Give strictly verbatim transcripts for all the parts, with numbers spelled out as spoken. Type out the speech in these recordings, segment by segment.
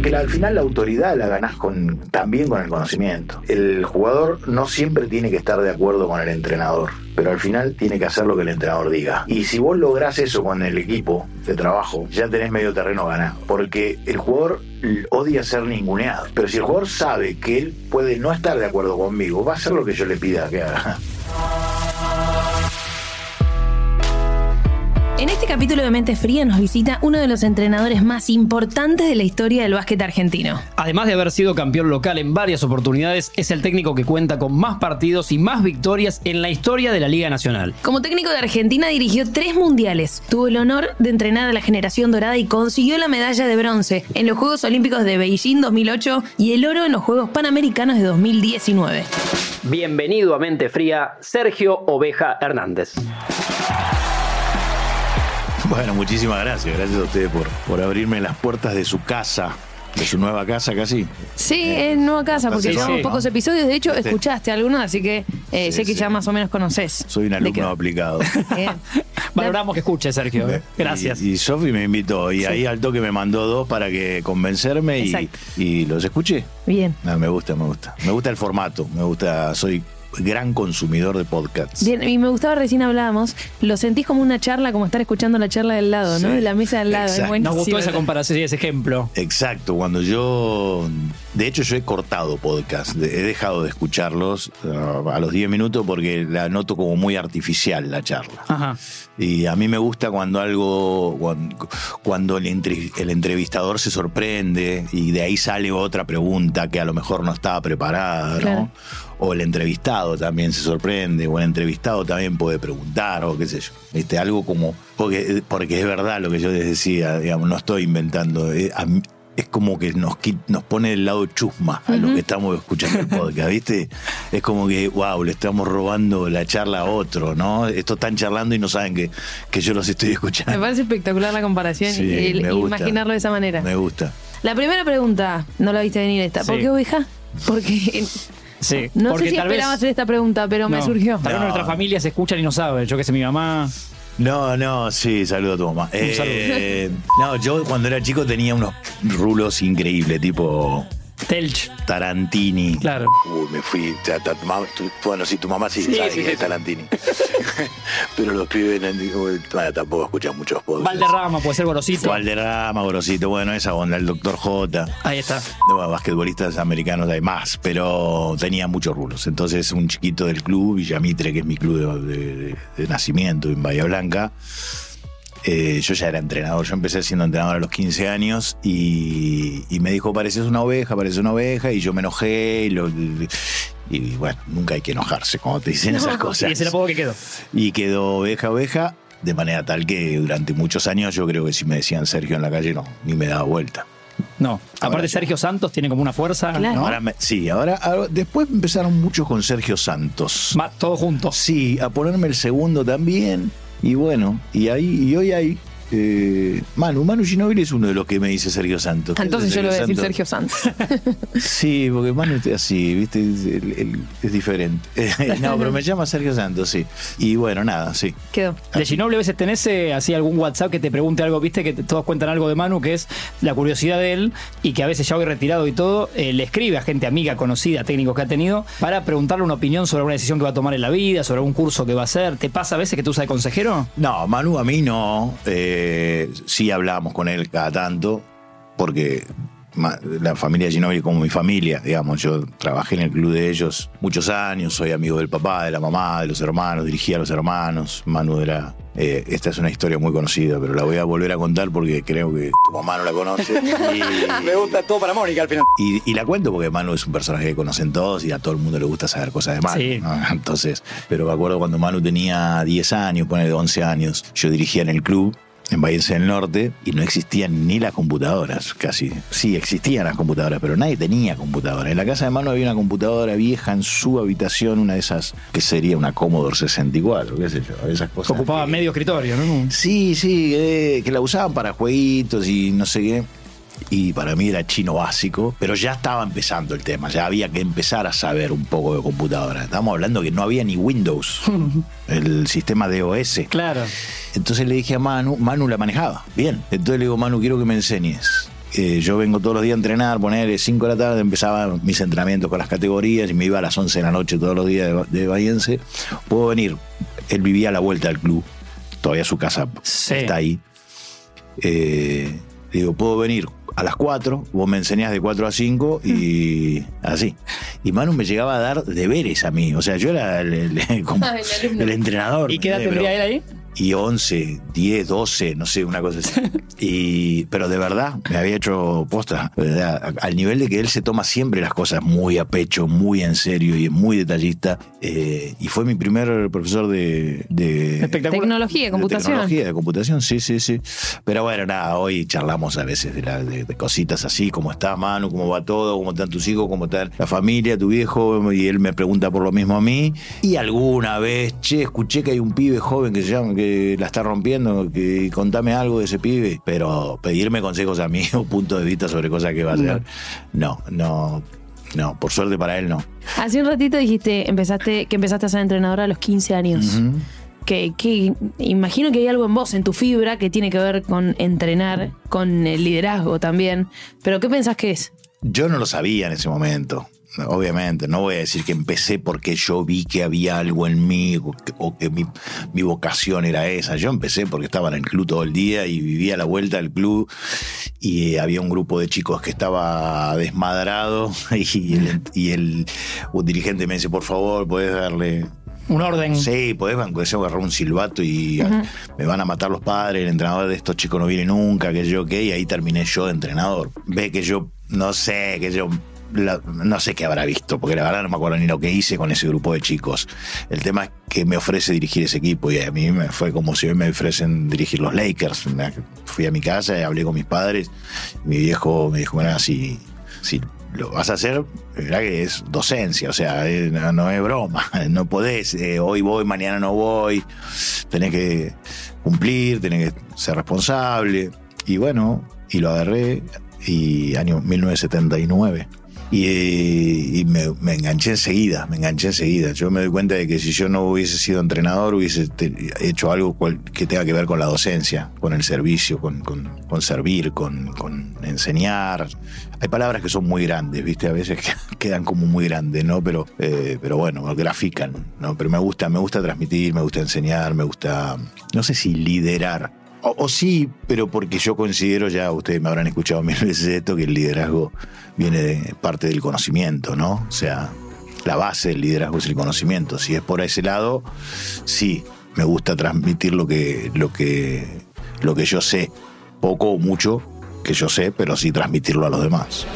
Porque la, al final la autoridad la ganás con, también con el conocimiento. El jugador no siempre tiene que estar de acuerdo con el entrenador, pero al final tiene que hacer lo que el entrenador diga. Y si vos lográs eso con el equipo de trabajo, ya tenés medio terreno ganado. Porque el jugador odia ser ninguneado. Pero si el jugador sabe que él puede no estar de acuerdo conmigo, va a hacer lo que yo le pida que haga. En este capítulo de Mente Fría nos visita uno de los entrenadores más importantes de la historia del básquet argentino. Además de haber sido campeón local en varias oportunidades, es el técnico que cuenta con más partidos y más victorias en la historia de la Liga Nacional. Como técnico de Argentina dirigió tres mundiales, tuvo el honor de entrenar a la generación dorada y consiguió la medalla de bronce en los Juegos Olímpicos de Beijing dos mil ocho y el oro en los Juegos Panamericanos de dos mil diecinueve. Bienvenido a Mente Fría, Sergio Oveja Hernández. Bueno, muchísimas gracias. Gracias a ustedes por, por abrirme las puertas de su casa, de su nueva casa casi. Sí, eh, es nueva casa, porque sí, llevamos sí, pocos ¿no? episodios. De hecho, Este. escuchaste algunos, así que eh, Sí, sé que sí. ya más o menos conoces. Soy un alumno aplicado. Bien. Valoramos que escuche, Sergio. Gracias. Y, y Sofi me invitó y Sí. ahí al toque me mandó dos para que convencerme y, Exacto. y los escuché. Bien. No, me gusta, me gusta. Me gusta el formato, me gusta, soy gran consumidor de podcasts. Bien, y me gustaba, recién hablábamos, lo sentís como una charla, como estar escuchando la charla del lado, ¿no? Sí. De la mesa del lado. Es Exacto. buenísimo. Nos gustó esa comparación y ese ejemplo. Exacto, cuando yo... De hecho, yo he cortado podcasts, he dejado de escucharlos uh, a los diez minutos porque la noto como muy artificial la charla. Ajá. Y a mí me gusta cuando algo, cuando, cuando el, entre, el entrevistador se sorprende y de ahí sale otra pregunta que a lo mejor no estaba preparada, ¿no? Claro. O el entrevistado también se sorprende, o el entrevistado también puede preguntar, o qué sé yo. Este, algo como, porque, porque es verdad lo que yo les decía, digamos, no estoy inventando. Eh, a mí, es como que nos, nos pone del lado chusma a lo que estamos escuchando el podcast, ¿viste? Es como que, wow, le estamos robando la charla a otro, ¿no? Estos están charlando y no saben que, que yo los estoy escuchando. Me parece espectacular la comparación Sí, y el- me gusta. imaginarlo de esa manera. Me gusta. La primera pregunta, no la viste venir esta. ¿Por Sí. qué oveja? Porque Sí. no porque sé si tal esperaba vez, hacer esta pregunta, pero me no, surgió. Tal vez No. nuestra familia se escuchan y no sabe. Yo que sé, mi mamá. No, no, sí, saludo a tu mamá. Eh, no, yo cuando era chico tenía unos rulos increíbles, tipo Telch. Tarantini. Claro. Uy, me fui. Ta, ta, tu mamá- tu- bueno, sí, tu mamá sí, Sí, sabe sí, que sí. es Tarantini. Pero los pibes bueno, tampoco escuchan muchos podcasts. Valderrama, puede ser Gorosito. Valderrama, Gorosito, bueno, esa onda, el doctor J. Ahí está. Bueno, basquetbolistas americanos hay más, pero tenía muchos rulos. Entonces, un chiquito del club, Villamitre, que es mi club de, de- de nacimiento en Bahía Blanca, eh, yo ya era entrenador. Yo empecé siendo entrenador a los quince años y, y me dijo, pareces una oveja, pareces una oveja, y yo me enojé y lo... Y bueno, nunca hay que enojarse cuando te dicen esas cosas. Y ese era poco que quedó. Y quedó oveja, oveja, de manera tal que durante muchos años yo creo que si me decían Sergio en la calle, no, ni me daba vuelta. No. Aparte, ya. Sergio Santos tiene como una fuerza. Claro. ¿no? Ahora me- sí, ahora, ahora- después empezaron muchos con Sergio Santos. Va, todos juntos. Sí, a ponerme el segundo también. Y bueno, y ahí, y hoy hay eh, Manu, Manu Ginóbili es uno de los que me dice Sergio Santos. Entonces yo le voy a decir Santos? Sergio Santos. Sí, porque Manu es así, ¿viste? Es, el- el- es diferente. No, pero me llama Sergio Santos, sí. Y bueno, nada, sí. Quedó. De Ginóbili a veces tenés eh, así algún WhatsApp que te pregunte algo, viste, que te- todos cuentan algo de Manu, que es la curiosidad de él, y que a veces ya hoy retirado y todo, eh, le escribe a gente amiga, conocida, técnicos que ha tenido, para preguntarle una opinión sobre alguna decisión que va a tomar en la vida, sobre algún curso que va a hacer. ¿Te pasa a veces que tú usas de consejero? No, Manu a mí no. Eh, sí hablamos con él cada tanto, porque ma- la familia Ginóbili como mi familia, digamos, yo trabajé en el club de ellos muchos años, soy amigo del papá, de la mamá, de los hermanos, dirigía a los hermanos. Manu era... eh, esta es una historia muy conocida, pero la voy a volver a contar porque creo que tu mamá no la conoce. Y, Me gusta todo para Mónica al final. y, y la cuento porque Manu es un personaje que conocen todos y a todo el mundo le gusta saber cosas de Manu, Sí. ¿no? Entonces, pero me acuerdo cuando Manu tenía diez años, pone de once años, yo dirigía en el club en Bahiense del Norte y no existían ni las computadoras, casi. Sí, existían las computadoras, pero nadie tenía computadora. En la casa de Manu había una computadora vieja en su habitación, una de esas que sería una Commodore sesenta y cuatro, qué sé yo, esas cosas. Ocupaba que- medio escritorio, ¿no? Sí, sí, eh, que la usaban para jueguitos y no sé qué. Y para mí era chino básico, pero ya estaba empezando el tema, ya había que empezar a saber un poco de computadora. Estamos hablando que no había ni Windows, el sistema D O S. Claro. Entonces le dije a Manu, Manu la manejaba, bien. Entonces le digo, Manu, quiero que me enseñes. eh, yo vengo todos los días a entrenar, poner cinco de la tarde, empezaba mis entrenamientos con las categorías y me iba a las once de la noche todos los días de, de Bahiense. Puedo venir, él vivía a la vuelta del club, todavía su casa sí. está ahí. Eh, digo, puedo venir a las cuatro, vos me enseñás de cuatro a cinco y mm. así. Y Manu me llegaba a dar deberes a mí, o sea, yo era el, el, como el, el entrenador. ¿Y qué edad tendría él ahí? Y once, diez, doce, no sé, una cosa así. Y, pero de verdad, me había hecho posta, ¿verdad? Al nivel de que él se toma siempre las cosas muy a pecho, muy en serio y es muy detallista. Eh, y fue mi primer profesor de... de tecnología, de computación. De tecnología, de computación, sí, sí, sí. Pero bueno, nada, hoy charlamos a veces de, la, de, de cositas así, cómo está Manu, cómo va todo, cómo están tus hijos, cómo está la familia, tu viejo, y él me pregunta por lo mismo a mí. Y alguna vez, che, escuché que hay un pibe joven que se llama... que la está rompiendo, que contame algo de ese pibe, pero pedirme consejos a mí o punto de vista sobre cosas que va a hacer, no, no, no, por suerte para él no. Hace un ratito dijiste empezaste que empezaste a ser entrenadora a los quince años. Uh-huh. Que, que imagino que hay algo en vos, en tu fibra, que tiene que ver con entrenar, con el liderazgo también, pero ¿qué pensás que es? Yo no lo sabía en ese momento. Obviamente, no voy a decir que empecé porque yo vi que había algo en mí o que, o que mi, mi vocación era esa. Yo empecé porque estaba en el club todo el día y vivía a la vuelta del club y había un grupo de chicos que estaba desmadrado y el, y el un dirigente me dice, por favor, ¿podés darle... un orden? Sí, podés agarrar un silbato y uh-huh. me van a matar los padres, el entrenador de estos chicos no viene nunca, que yo qué, y ahí terminé yo de entrenador. Ve que yo, no sé, que yo... La, no sé qué habrá visto, porque la verdad no me acuerdo ni lo que hice con ese grupo de chicos. El tema es que me ofrece dirigir ese equipo y a mí me fue como si hoy me ofrecen dirigir los Lakers. Me, fui a mi casa y hablé con mis padres. Mi viejo me dijo, bueno, si, si lo vas a hacer, verdad que es docencia, o sea, eh, no, no es broma, no podés, eh, hoy voy, mañana no voy, tenés que cumplir, tenés que ser responsable. Y bueno, y lo agarré, y año mil novecientos setenta y nueve. Y, y me, me enganché enseguida, me enganché enseguida. Yo me doy cuenta de que si yo no hubiese sido entrenador, hubiese te, hecho algo cual, que tenga que ver con la docencia, con el servicio, con, con, con servir, con, con enseñar. Hay palabras que son muy grandes, ¿viste? A veces quedan como muy grandes, ¿no? Pero, eh, pero bueno, grafican, ¿no? Pero me gusta, me gusta transmitir, me gusta enseñar, me gusta, no sé si liderar. O, o sí, pero porque yo considero, ya ustedes me habrán escuchado mil veces esto, que el liderazgo viene de parte del conocimiento, ¿no? O sea, la base del liderazgo es el conocimiento. Si es por ese lado, sí, me gusta transmitir lo que, lo que, lo que yo sé, poco o mucho que yo sé, pero sí transmitirlo a los demás.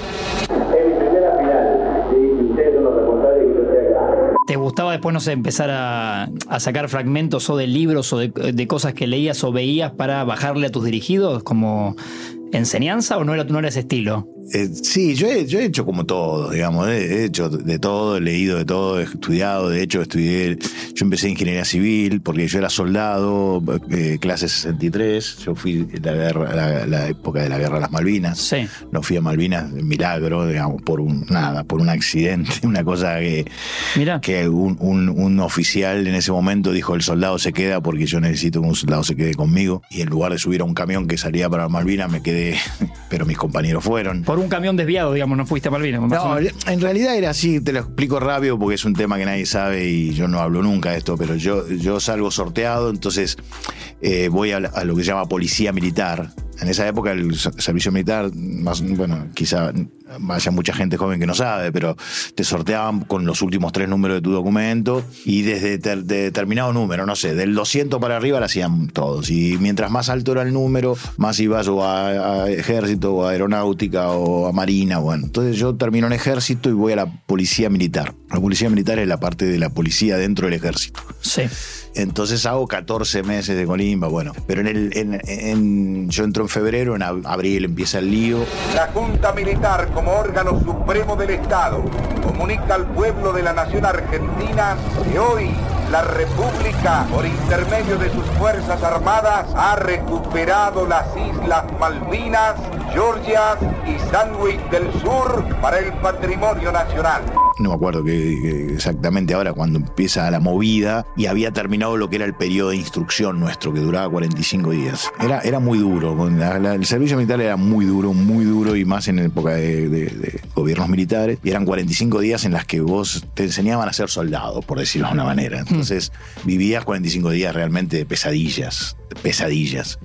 ¿Te gustaba después, no sé, empezar a, a sacar fragmentos o de libros o de, de cosas que leías o veías para bajarle a tus dirigidos como enseñanza o no era, no era ese estilo? Eh, sí, yo he, yo he hecho como todo, digamos, he hecho de todo, he leído de todo, he estudiado, de hecho estudié, yo empecé ingeniería civil porque yo era soldado, eh, clase sesenta y tres, yo fui en la guerra, la, la época de la guerra de las Malvinas, sí. No fui a Malvinas, milagro, digamos, por un, nada, por un accidente, una cosa que, Mirá. que un, un, un oficial en ese momento dijo, el soldado se queda porque yo necesito que un soldado se quede conmigo, y en lugar de subir a un camión que salía para Malvinas me quedé, pero mis compañeros fueron. Por un camión desviado, digamos, no fuiste a Malvinas. No, en realidad era así, te lo explico rápido porque es un tema que nadie sabe y yo no hablo nunca de esto, pero yo, yo salgo sorteado, entonces eh, voy a, a lo que se llama policía militar. En esa época el servicio militar, más, bueno, quizá haya mucha gente joven que no sabe, pero te sorteaban con los últimos tres números de tu documento y desde ter, de determinado número, no sé, del doscientos para arriba lo hacían todos. Y mientras más alto era el número, más ibas o a, a ejército o a aeronáutica o a marina. Bueno, entonces yo termino en ejército y voy a la policía militar. La policía militar es la parte de la policía dentro del ejército. Sí. Entonces hago catorce meses de colimba, bueno, pero en el, en, en, yo entro en febrero, en abril empieza el lío. La Junta Militar, como órgano supremo del Estado, comunica al pueblo de la nación argentina que hoy la República, por intermedio de sus Fuerzas Armadas, ha recuperado las Islas Malvinas, Georgia y Sandwich del Sur para el patrimonio nacional. no me acuerdo que, que exactamente ahora, cuando empieza la movida, y había terminado lo que era el periodo de instrucción nuestro, que duraba cuarenta y cinco días. Era, era muy duro, la, la, el servicio militar era muy duro, muy duro, y más en época de, de, de gobiernos militares, y eran cuarenta y cinco días en las que vos te enseñaban a ser soldado, por decirlo de una manera. Entonces vivías cuarenta y cinco días realmente de pesadillas, de pesadillas.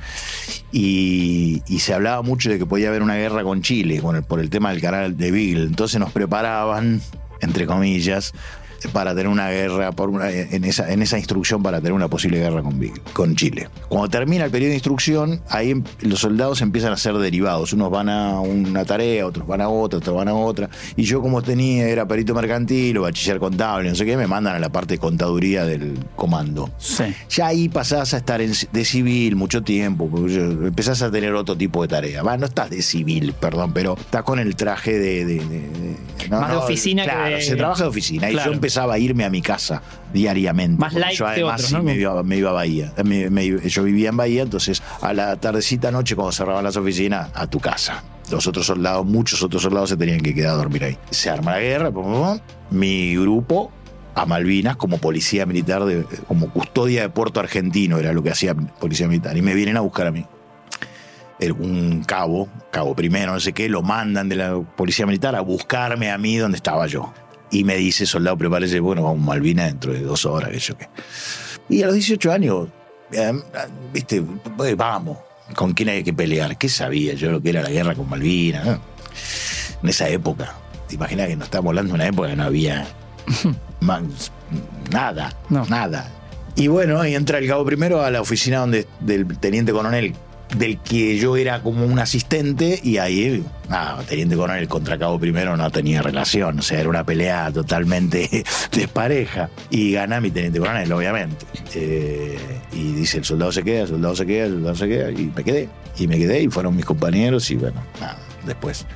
Y, y se hablaba mucho de que podía haber una guerra con Chile, con el, por el tema del canal de Beagle. Entonces nos preparaban, entre comillas, para tener una guerra, por una, en, esa, en esa instrucción para tener una posible guerra con, con Chile. Cuando termina el periodo de instrucción, ahí los soldados empiezan a ser derivados. Unos van a una tarea, otros van a otra, otros van a otra. Y yo, como tenía, era perito mercantil o bachiller contable, no sé qué, me mandan a la parte de contaduría del comando. Sí. Ya ahí pasás a estar en, de civil mucho tiempo, porque empezás a tener otro tipo de tarea. Va, no estás de civil, perdón, pero estás con el traje de... de, de, de no, Más no, de oficina claro, que de... se trabaja de oficina. Claro. Y yo empecé a irme a mi casa diariamente. Más light yo además que otros, sí, ¿no? me, iba, me iba a Bahía. Me, me, yo vivía en Bahía, entonces a la tardecita noche, cuando cerraban las oficinas, a tu casa. Los otros soldados, muchos otros soldados se tenían que quedar a dormir ahí. Se arma la guerra, pum, pum, pum. Mi grupo a Malvinas como policía militar, de, como custodia de Puerto Argentino, era lo que hacía policía militar. Y me vienen a buscar a mí. El, un cabo, cabo primero, no sé qué, lo mandan de la policía militar a buscarme a mí donde estaba yo. Y me dice, soldado, prepárese, bueno, vamos a Malvinas dentro de dos horas, que yo qué. Y a los dieciocho años, eh, viste, pues, vamos, ¿con quién hay que pelear? ¿Qué sabía yo lo que era la guerra con Malvinas? ¿No? En esa época, te imaginas que nos estamos hablando de una época que no había más, nada, no. nada. Y bueno, ahí entra el cabo primero a la oficina donde, del teniente coronel, del que yo era como un asistente, y ahí, nada, teniente coronel contra cabo primero no tenía relación, o sea, era una pelea totalmente despareja, y gana mi teniente coronel, obviamente. Eh, y dice, el soldado se queda, el soldado se queda, el soldado se queda, y me quedé, y me quedé, y fueron mis compañeros, y bueno, nada, después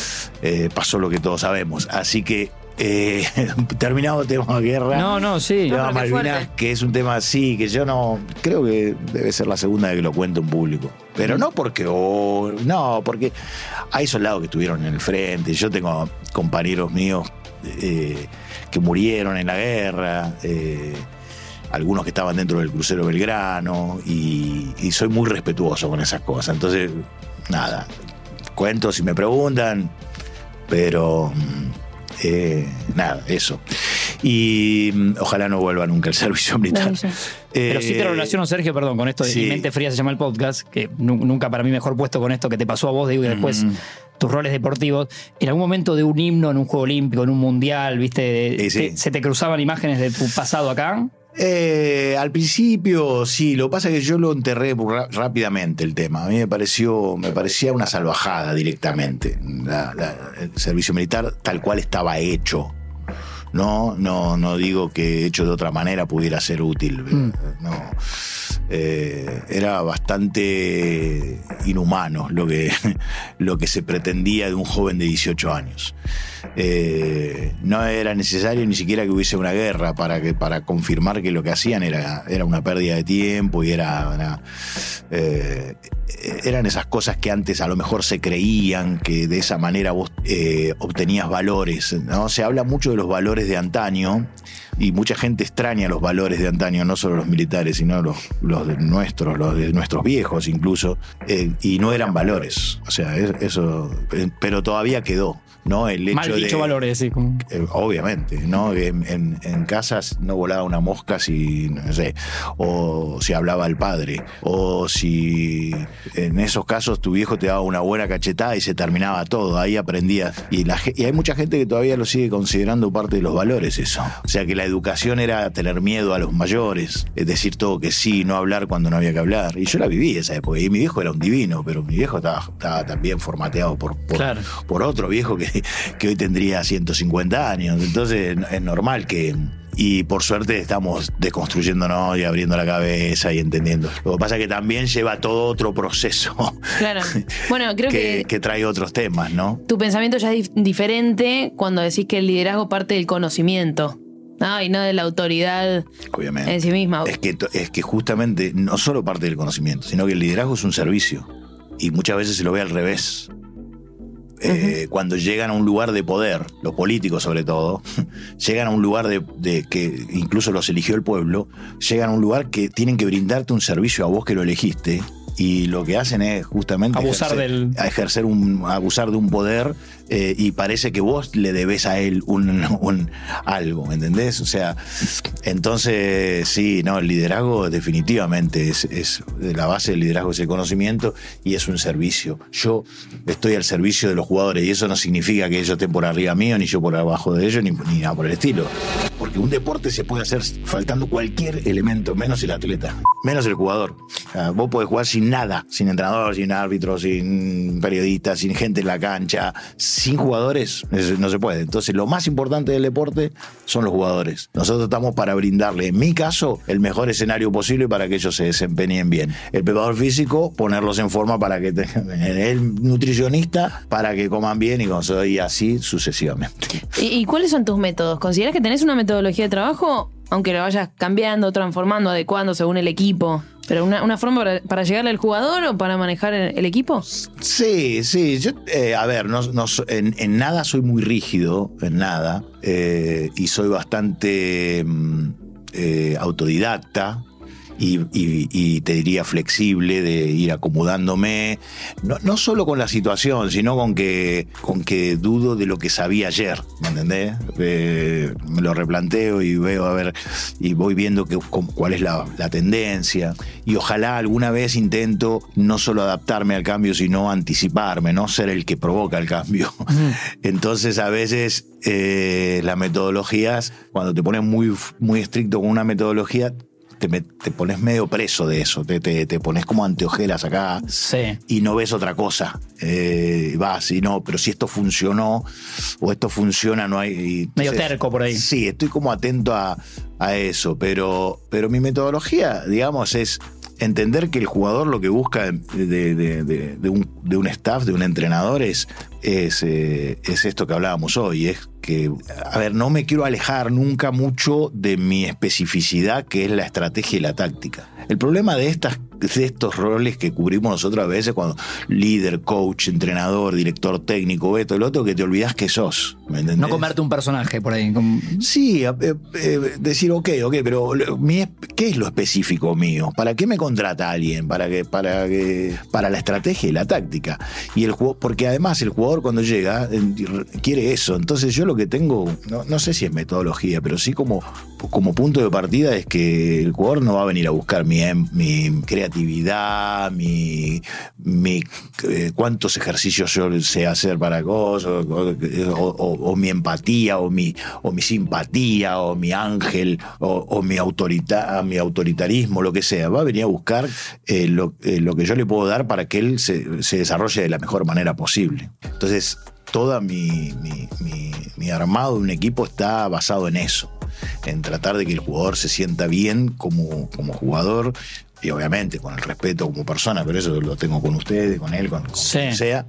eh, pasó lo que todos sabemos, así que Eh, terminado el tema de guerra. No, no, sí. Tema No, Malvinas, que es un tema así, que yo no. Creo que debe ser la segunda vez que lo cuento en público. Pero no porque. Oh, no, porque hay soldados que estuvieron en el frente. Yo tengo compañeros míos eh, que murieron en la guerra. Eh, algunos que estaban dentro del crucero Belgrano. Y, y soy muy respetuoso con esas cosas. Entonces, nada. Cuento si me preguntan. Pero. Eh, nada, eso. Y ojalá no vuelva nunca el servicio militar. No, Pero eh, sí te relaciono, Sergio, perdón, con esto de sí. Mi Mente Fría se llama el podcast, que nu- nunca para mí mejor puesto con esto que te pasó a vos, digo, y después Mm. tus roles deportivos. En algún momento de un himno en un Juego Olímpico, en un Mundial, ¿viste? Sí, sí. Te- ¿Se te cruzaban imágenes de tu pasado acá? Eh, al principio sí, lo que pasa es que yo lo enterré rápidamente el tema. A mí me pareció, me parecía una salvajada directamente. La, la, el servicio militar tal cual estaba hecho. No, no, no digo que hecho de otra manera pudiera ser útil. Mm. No. Eh, era bastante inhumano lo que, lo que se pretendía de un joven de dieciocho años. Eh, no era necesario ni siquiera que hubiese una guerra para, que, para confirmar que lo que hacían era, era una pérdida de tiempo y era, era eh, eran esas cosas que antes a lo mejor se creían que de esa manera vos eh, obtenías valores, ¿no? Se habla mucho de los valores de antaño y mucha gente extraña los valores de antaño, no solo los militares, sino los, los de nuestros, los de nuestros viejos incluso, eh, y no eran valores, o sea, eso, pero todavía quedó, ¿no? El hecho Mal dicho de, valores, sí. Como... eh, obviamente, ¿no? En, en, en casas no volaba una mosca si, no sé, o si hablaba el padre, o si en esos casos tu viejo te daba una buena cachetada y se terminaba todo, ahí aprendías. Y, la, y hay mucha gente que todavía lo sigue considerando parte de los valores eso. O sea que la educación era tener miedo a los mayores, es decir todo que sí, no hablar cuando no había que hablar. Y yo la viví esa época, y mi viejo era un divino, pero mi viejo estaba, estaba también formateado por, por, claro. por otro viejo que que hoy tendría ciento cincuenta años, entonces es normal que, y por suerte estamos desconstruyéndonos y abriendo la cabeza y entendiendo. Lo que pasa es que también lleva todo otro proceso. Claro. Bueno, creo que, que, que trae otros temas, ¿no? Tu pensamiento ya es dif- diferente cuando decís que el liderazgo parte del conocimiento, ¿no? Y no de la autoridad Obviamente. en sí misma. Es que, es que justamente no solo parte del conocimiento, sino que el liderazgo es un servicio y muchas veces se lo ve al revés. eh, uh-huh. cuando llegan a un lugar de poder, los políticos sobre todo, llegan a un lugar de, de que incluso los eligió el pueblo, llegan a un lugar que tienen que brindarte un servicio a vos que lo elegiste, y lo que hacen es justamente abusar ejercer, del ejercer un, abusar de un poder, eh, y parece que vos le debés a él un, un algo, ¿me entendés? O sea, entonces sí, no, el liderazgo definitivamente es, es la base del liderazgo, es el conocimiento y es un servicio. Yo estoy al servicio de los jugadores y eso no significa que ellos estén por arriba mío ni yo por abajo de ellos ni, ni nada por el estilo, porque un deporte se puede hacer faltando cualquier elemento, menos el atleta, menos el jugador. O sea, vos podés jugar sin nada, sin entrenador, sin árbitro, sin periodista, sin gente en la cancha, sin jugadores, no se puede. Entonces lo más importante del deporte son los jugadores. Nosotros estamos para brindarle, en mi caso, el mejor escenario posible para que ellos se desempeñen bien. El preparador físico, ponerlos en forma para que tengan, el nutricionista para que coman bien, y, y así sucesivamente. ¿Y, ¿Y cuáles son tus métodos? ¿Consideras que tenés una metodología de trabajo? Aunque lo vayas cambiando, transformando, adecuando según el equipo. ¿Pero una, una forma para, para llegarle al jugador o para manejar el, el equipo? Sí, sí. Yo, eh, a ver, no, no, en, en nada soy muy rígido, en nada. Eh, y soy bastante eh, autodidacta. Y, y, y te diría flexible, de ir acomodándome, no, no solo con la situación, sino con que, con que dudo de lo que sabía ayer, ¿me entendés? Eh, me lo replanteo y veo, a ver, y voy viendo que, cuál es la, la tendencia, y ojalá alguna vez intento no solo adaptarme al cambio, sino anticiparme, no ser el que provoca el cambio. Mm. Entonces a veces eh, las metodologías, cuando te pones muy, muy estricto con una metodología, Te, te pones medio preso de eso, te, te, te pones como anteojeras acá, sí. y no ves otra cosa. Eh, vas y no, pero si esto funcionó o esto funciona, no hay. Y, entonces, medio terco por ahí. Sí, estoy como atento a, a eso, pero, pero mi metodología, digamos, es entender que el jugador lo que busca de, de, de, de, un, de un staff, de un entrenador, es, es, eh, es esto que hablábamos hoy, es que, a ver, no me quiero alejar nunca mucho de mi especificidad, que es la estrategia y la táctica. El problema de estas de estos roles que cubrimos nosotros a veces, cuando líder, coach, entrenador, director técnico, esto, el otro, que te olvidás que sos, ¿me entendés? No comerte un personaje por ahí. Como... Sí, eh, eh, decir, ok, ok, pero mi, ¿qué es lo específico mío? ¿Para qué me contrata alguien? ¿Para que, para que, para la estrategia y la táctica? Y el juego, porque además el jugador cuando llega quiere eso. Entonces yo lo que tengo, no, no sé si es metodología, pero sí como, como punto de partida es que el jugador no va a venir a buscar mi, mi creatividad, mi, mi eh, cuántos ejercicios yo sé hacer para cosas, o, o, o, o mi empatía, o mi, o mi simpatía, o mi ángel, o, o mi, autorita, mi autoritarismo, lo que sea. Va a venir a buscar eh, lo, eh, lo que yo le puedo dar para que él se, se desarrolle de la mejor manera posible. Entonces, toda mi, mi, mi, mi armado de un equipo está basado en eso, en tratar de que el jugador se sienta bien como, como jugador, y obviamente con el respeto como persona, pero eso lo tengo con ustedes, con él, con, con sí. quien sea,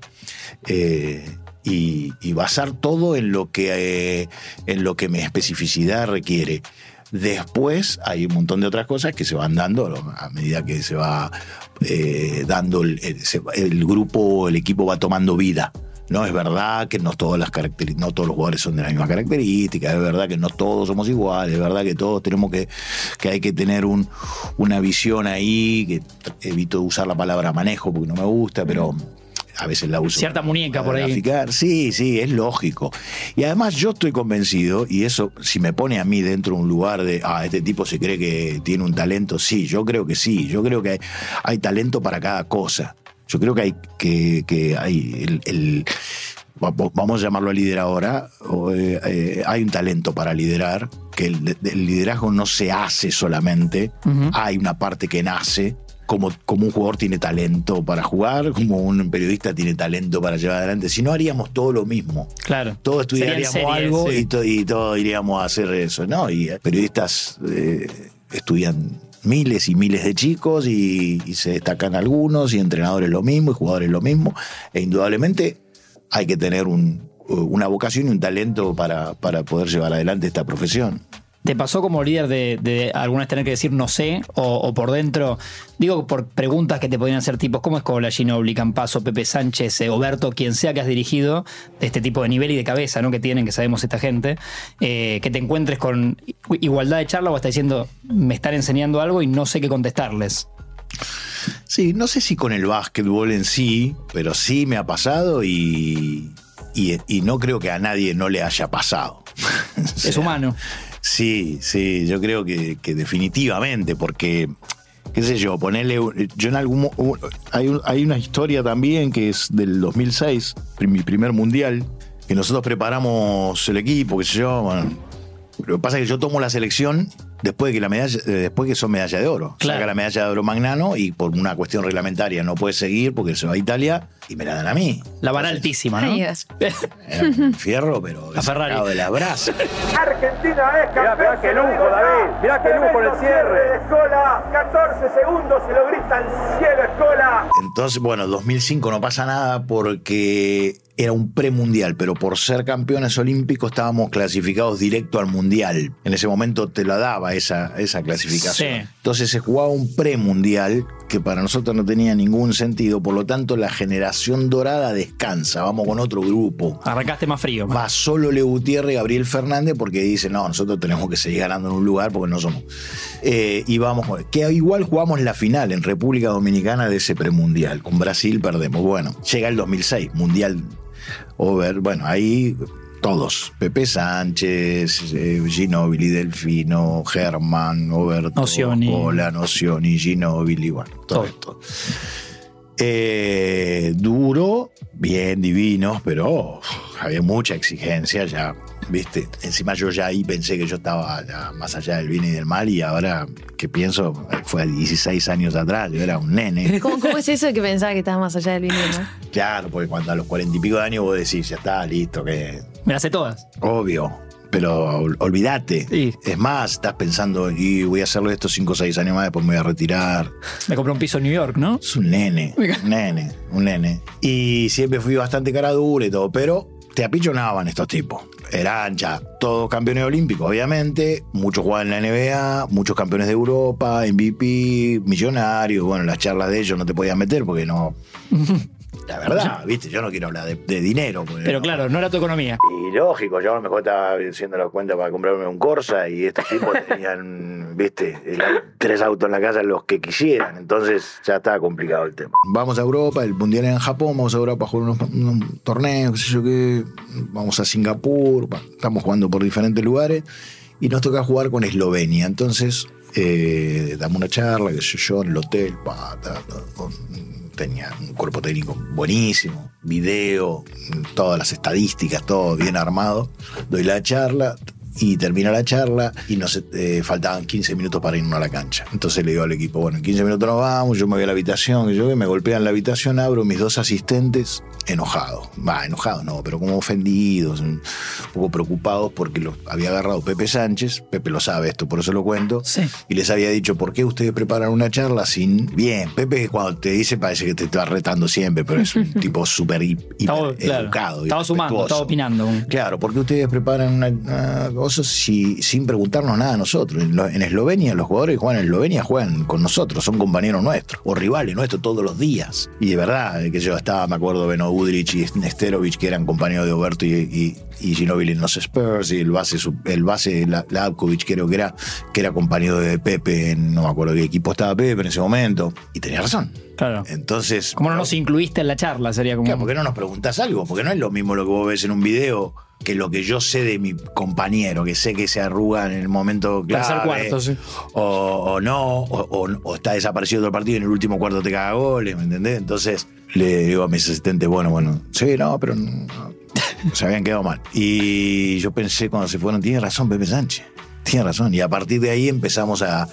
eh, y, y basar todo en lo que eh, en lo que mi especificidad requiere. Después hay un montón de otras cosas que se van dando a medida que se va eh, dando el, el, el grupo, el equipo va tomando vida. No, es verdad que no todas las características, no todos los jugadores son de la misma característica, es verdad que no todos somos iguales, es verdad que todos tenemos que, que hay que tener un, una visión ahí, que evito usar la palabra manejo porque no me gusta, pero a veces la uso. Cierta muñeca por ahí. Graficar. Sí, sí, es lógico. Y además yo estoy convencido, y eso si me pone a mí dentro de un lugar de, ah, este tipo se cree que tiene un talento, sí, yo creo que sí, yo creo que hay, hay talento para cada cosa. Yo creo que hay que, que hay el, el vamos a llamarlo a liderar ahora, o, eh, eh, hay un talento para liderar, que el, el liderazgo no se hace solamente, uh-huh. Hay una parte que nace, como, como un jugador tiene talento para jugar, como un periodista tiene talento para llevar adelante. Si no, haríamos todo lo mismo. Claro. Todos estudiaríamos serie, algo sí. y, to, y todos iríamos a hacer eso, ¿no? Y periodistas eh, estudian miles y miles de chicos y, y se destacan algunos, y entrenadores lo mismo, y jugadores lo mismo, e indudablemente hay que tener un, una vocación y un talento para, para poder llevar adelante esta profesión. ¿Te pasó como líder de, de alguna vez tener que decir no sé? O, o por dentro, digo, por preguntas que te podían hacer tipos, ¿cómo es Cola, Ginóbili, Campazzo, Pepe Sánchez, eh, Oberto, quien sea que has dirigido, de este tipo de nivel y de cabeza, ¿no? Que tienen, que sabemos esta gente, eh, que te encuentres con igualdad de charla o estás diciendo, me están enseñando algo y no sé qué contestarles? Sí, no sé si con el básquetbol en sí, pero sí me ha pasado y, y, y no creo que a nadie no le haya pasado. O sea, es humano. Sí, sí, yo creo que, que definitivamente, porque, qué sé yo, ponerle, yo en algún, hay, un, hay una historia también que es del dos mil seis, mi primer mundial, que nosotros preparamos el equipo, qué sé yo, bueno, lo que pasa es que yo tomo la selección después de que la medalla, después que son medalla de oro. Claro. Saca la medalla de oro Magnano y por una cuestión reglamentaria no puede seguir porque se va a Italia y me la dan a mí. La vara altísima, ¿no? Ay, Dios. Era un fierro, pero La Ferrari. sacado de la brasa. Argentina es campeón. Mirá, mirá qué lujo, David. Mirá qué lujo en el cierre. De Escola, catorce segundos y lo grita al cielo Escola. Entonces, bueno, dos mil cinco no pasa nada porque era un premundial, pero por ser campeones olímpicos estábamos clasificados directo al mundial. En ese momento te la daba esa, esa clasificación. Sí. Entonces se jugaba un premundial que para nosotros no tenía ningún sentido, por lo tanto la generación dorada descansa, vamos con otro grupo. Arrancaste más frío. Va solo Leo Gutiérrez y Gabriel Fernández porque dicen, no, nosotros tenemos que seguir ganando en un lugar porque no somos. Eh, y vamos, que igual jugamos la final en República Dominicana de ese premundial. Con Brasil perdemos. Bueno, llega el dos mil seis, mundial over. Bueno, ahí todos. Pepe Sánchez, eh, Ginóbili, Delfino, Germán, Oberto, Nocioni. Cola, Nocioni, Ginóbili, bueno, todo, Todo. esto. Eh, duro, bien, divinos, pero oh, había mucha exigencia ya, ¿viste? Encima yo ya ahí pensé que yo estaba ya más allá del bien y del mal y ahora que pienso, fue a dieciséis años atrás, yo era un nene. ¿Cómo, cómo es eso de que pensaba que estaba más allá del bien y del mal? Claro, porque cuando a los cuarenta y pico de años vos decís, ya está, listo, que Me las sé todas. obvio. Pero ol- olvídate. Sí. Es más, estás pensando, y voy a hacerlo estos cinco o seis años más, después me voy a retirar. Me compré un piso en New York, ¿no? Es un nene, un nene, un nene. Y siempre fui bastante cara dura y todo, pero te apichonaban estos tipos. Eran ya todos campeones olímpicos, obviamente. Muchos jugaban en la N B A, muchos campeones de Europa, M V P, millonarios. Bueno, las charlas de ellos no te podías meter porque no... La verdad, viste, yo no quiero hablar de, de dinero. Pero no. claro, no era tu economía. Y lógico, yo a lo mejor estaba haciendo la cuenta para comprarme un Corsa y estos tipos tenían, viste, el- tres autos en la casa los que quisieran. Entonces ya estaba complicado el tema. Vamos a Europa, el mundial en Japón, vamos a Europa a jugar unos, unos torneos, qué sé yo qué. Vamos a Singapur, va, estamos jugando por diferentes lugares y nos toca jugar con Eslovenia. Entonces, eh, damos una charla, qué sé yo, en el hotel, pa, ta, ta, con- tenía un cuerpo técnico buenísimo, video, todas las estadísticas, todo bien armado. Doy la charla y termina la charla y nos eh, faltaban quince minutos para irnos a la cancha. Entonces le digo al equipo, bueno, en quince minutos nos vamos, yo me voy a la habitación, que yo me golpean la habitación, abro mis dos asistentes enojados. Va, enojados no, pero como ofendidos, un poco preocupados porque los había agarrado Pepe Sánchez, Pepe lo sabe esto, por eso lo cuento, Sí. y les había dicho, ¿por qué ustedes preparan una charla sin...? Bien, Pepe cuando te dice parece que te está retando siempre, pero es un tipo súper hi- Estaba, hiper claro, educado. estaba sumando, respetuoso. estaba opinando. Claro, porque ustedes preparan una, una cosa si- sin preguntarnos nada a nosotros. En, lo- en Eslovenia, los jugadores que juegan en Eslovenia juegan con nosotros, son compañeros nuestros, o rivales nuestros todos los días. Y de verdad, que yo estaba, me acuerdo, Beno Udrich y Nesterovic, que eran compañeros de Oberto y, y, y Ginóbili en los Spurs, y el base, su- el base La- Lavkovic, creo que era, que era compañero de Pepe, en, no me acuerdo qué equipo estaba Pepe en ese momento, y tenía razón. Claro. Entonces... ¿Cómo no nos incluiste en la charla? Sería como... Claro, ¿por qué no nos preguntás algo? Porque no es lo mismo lo que vos ves en un video que lo que yo sé de mi compañero, que sé que se arruga en el momento clave. Tercer cuarto, sí. O, o no, o, o- o está desaparecido otro partido y en el último cuarto te caga goles, ¿me entendés? Entonces le digo a mis asistentes, bueno, bueno, sí, no, pero no, no, se habían quedado mal. Y yo pensé cuando se fueron, tiene razón Pepe Sánchez. Tiene razón. Y a partir de ahí empezamos a,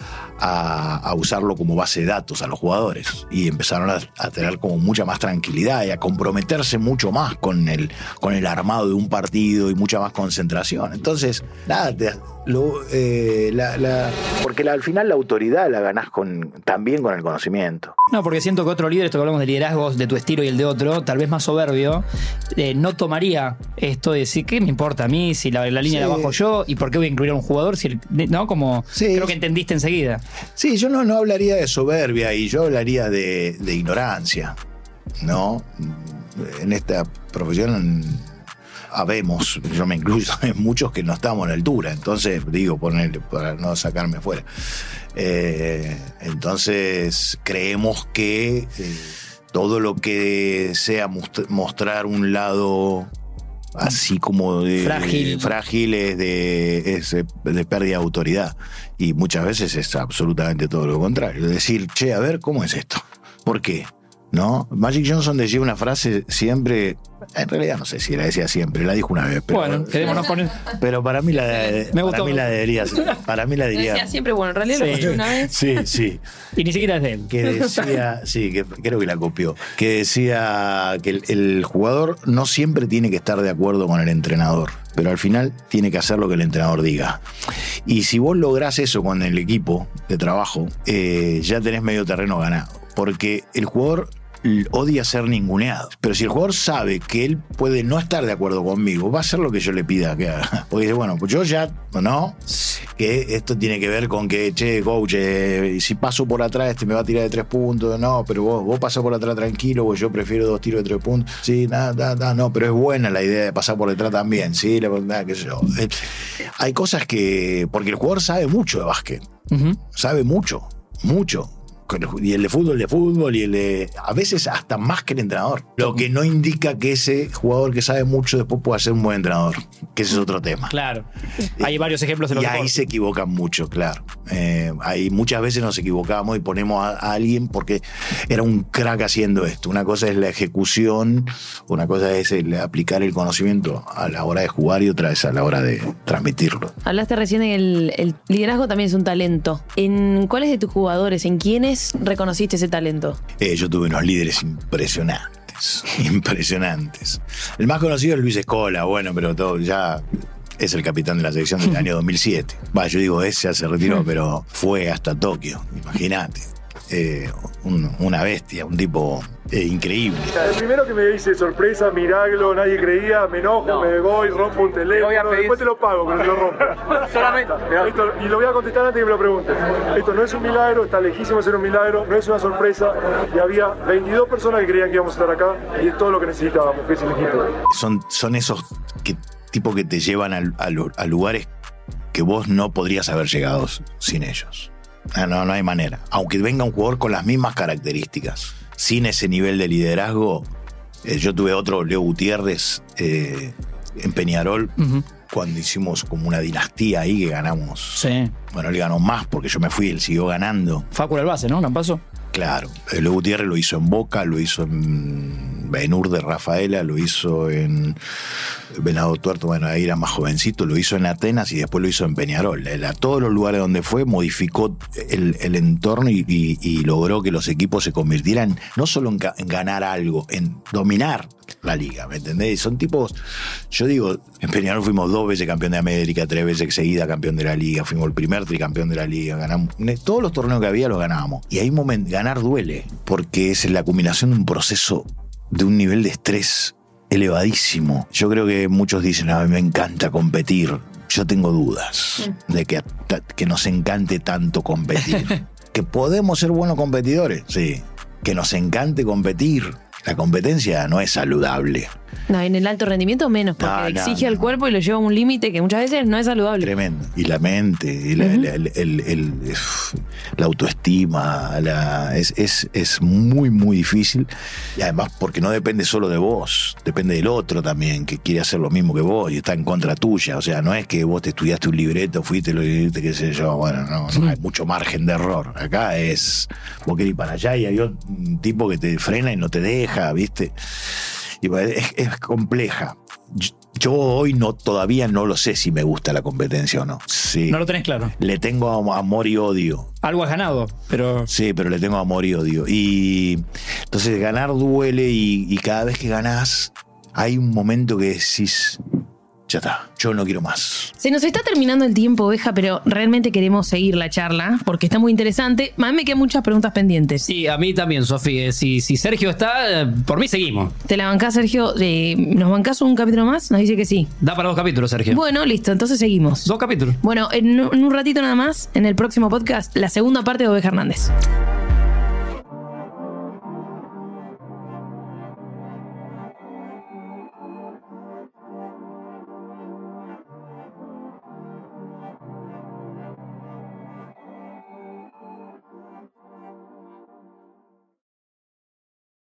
a, a usarlo como base de datos a los jugadores. Y empezaron a, a tener como mucha más tranquilidad y a comprometerse mucho más con el, con el armado de un partido y mucha más concentración. Entonces, nada, te- lo, eh, la, la, porque la, al final la autoridad la ganás con, también con el conocimiento. No, porque siento que otro líder, esto que hablamos de liderazgos de tu estilo y el de otro, tal vez más soberbio, eh, no tomaría esto de decir, ¿qué me importa a mí si la, la línea Sí. la bajo yo y por qué voy a incluir a un jugador? Si el, no, como Sí. creo que entendiste enseguida. Sí, yo no, no hablaría de soberbia y yo hablaría de, de ignorancia, ¿no? En esta profesión habemos, yo me incluyo, hay muchos que no estamos a la altura, entonces digo, ponerle para no sacarme fuera. Eh, entonces creemos que eh, todo lo que sea most- mostrar un lado así como de, Frágil. de- frágil es de, es de pérdida de autoridad, y muchas veces es absolutamente todo lo contrario, decir, che, a ver, ¿cómo es esto? ¿Por qué? ¿No? Magic Johnson decía una frase siempre, en realidad no sé si la decía siempre, la dijo una vez, pero, Bueno, quedémonos con él. pero para mí la, Me para gustó. mí la debería, para mí la Lo diría, decía siempre, bueno, en realidad Sí. lo escuché una vez. sí, sí, Y ni siquiera es de él. que decía, sí, que creo que la copió, que decía que el, el jugador no siempre tiene que estar de acuerdo con el entrenador, pero al final tiene que hacer lo que el entrenador diga. Y si vos lográs eso con el equipo de trabajo, eh, ya tenés medio terreno ganado, porque el jugador odia ser ninguneado, pero si el jugador sabe que él puede no estar de acuerdo conmigo, va a hacer lo que yo le pida que haga, porque dice, bueno, pues yo ya, no, que esto tiene que ver con que, che, coach, eh, si paso por atrás este me va a tirar de tres puntos, no, pero vos, vos pasás por atrás tranquilo, pues yo prefiero dos tiros de tres puntos, sí, nada, nada, nada, no, pero es buena la idea de pasar por detrás también, sí, la verdad, qué sé yo. Eh, hay cosas que, porque el jugador sabe mucho de básquet, Ujú. sabe mucho, mucho. Y el de fútbol, de fútbol, y el de. A veces hasta más que el entrenador. Lo que no indica que ese jugador que sabe mucho después pueda ser un buen entrenador. Que ese es otro tema. Claro. Hay varios ejemplos de lo Y que ahí se equivocan mucho, claro. Eh, ahí muchas veces nos equivocamos y ponemos a, a alguien porque era un crack haciendo esto. Una cosa es la ejecución, una cosa es el aplicar el conocimiento a la hora de jugar y otra es a la hora de transmitirlo. Hablaste recién de que el, el liderazgo también es un talento. ¿En cuáles de tus jugadores, en quiénes reconociste ese talento? Eh, yo tuve unos líderes impresionantes, impresionantes. El más conocido es Luis Escola, bueno, pero todo ya es el capitán de la selección del año dos mil siete. Va, yo digo, ese ya se retiró, pero fue hasta Tokio, imagínate. Eh, un- una bestia, un tipo eh, increíble. El primero que me dice sorpresa, milagro, nadie creía, me enojo, No. me voy, rompo un teléfono, voy a pedir- después te lo pago, pero te lo rompo. Solamente. Esto- y lo voy a contestar antes que me lo preguntes. Esto no es un milagro, está lejísimo de ser un milagro, no es una sorpresa. Y había veintidós personas que creían que íbamos a estar acá y es todo lo que necesitábamos, que es el equipo. Son, son esos que, tipos que te llevan a, a lu- a lugares que vos no podrías haber llegado sin ellos. Ah, No, no hay manera. Aunque venga un jugador con las mismas características, sin ese nivel de liderazgo. eh, yo tuve otro, Leo Gutiérrez, eh, en Peñarol, Ujú. cuando hicimos como una dinastía ahí que ganamos. Sí. Bueno, él ganó más porque yo me fui, él siguió ganando. Facu era el base, ¿no? Campazo. Claro, eh, Leo Gutiérrez lo hizo en Boca, lo hizo en Benur de Rafaela, lo hizo en Venado Tuerto, bueno, ahí era más jovencito, lo hizo en Atenas y después lo hizo en Peñarol. Él, a todos los lugares donde fue modificó el, el entorno y, y- y logró que los equipos se convirtieran no solo en, ga- en ganar algo, en dominar la liga, ¿me entendés? Son tipos, yo digo, en Peñarol fuimos dos veces campeón de América, tres veces seguida campeón de la liga, fuimos el primer tricampeón de la liga, ganamos, todos los torneos que había los ganábamos. Y hay momentos, ganar duele, porque es la culminación de un proceso de un nivel de estrés elevadísimo. Yo creo que muchos dicen, a mí me encanta competir. Yo tengo dudas de que, que nos encante tanto competir. Que podemos ser buenos competidores, sí. Que nos encante competir. La competencia no es saludable. No, en el alto rendimiento menos, porque No, no, exige al no. cuerpo y lo lleva a un límite que muchas veces no es saludable. Tremendo. Y la mente, y la, la- el- el- el- uf, la autoestima, la- es, es, es muy, muy difícil. Y además porque no depende solo de vos, depende del otro también, que quiere hacer lo mismo que vos y está en contra tuya. O sea, no es que vos te estudiaste un libreto, fuiste, lo dijiste, qué sé yo. Bueno, no, no hay mucho margen de error. Acá es, vos querés ir para allá y hay un tipo que te frena y no te deja, ¿viste? Y bueno, es, es compleja. Yo, yo hoy no, todavía no lo sé si me gusta la competencia o no. Sí. No lo tenés claro. Le tengo am- amor y odio. Algo has ganado, pero. Sí, pero le tengo amor y odio. Y entonces ganar duele y, y cada vez que ganás hay un momento que decís, Ya está, yo no quiero más. Se nos está terminando el tiempo, Oveja, pero realmente queremos seguir la charla porque está muy interesante. A mí me quedan muchas preguntas pendientes. Sí, a mí también, Sofi. Eh, si, si Sergio está, eh, por mí seguimos. ¿Te la bancás, Sergio? Eh, ¿Nos bancás un capítulo más? Nos dice que sí. Da para dos capítulos, Sergio. Bueno, listo, entonces seguimos. Dos capítulos. Bueno, en, en un ratito nada más, en el próximo podcast, la segunda parte de Oveja Hernández.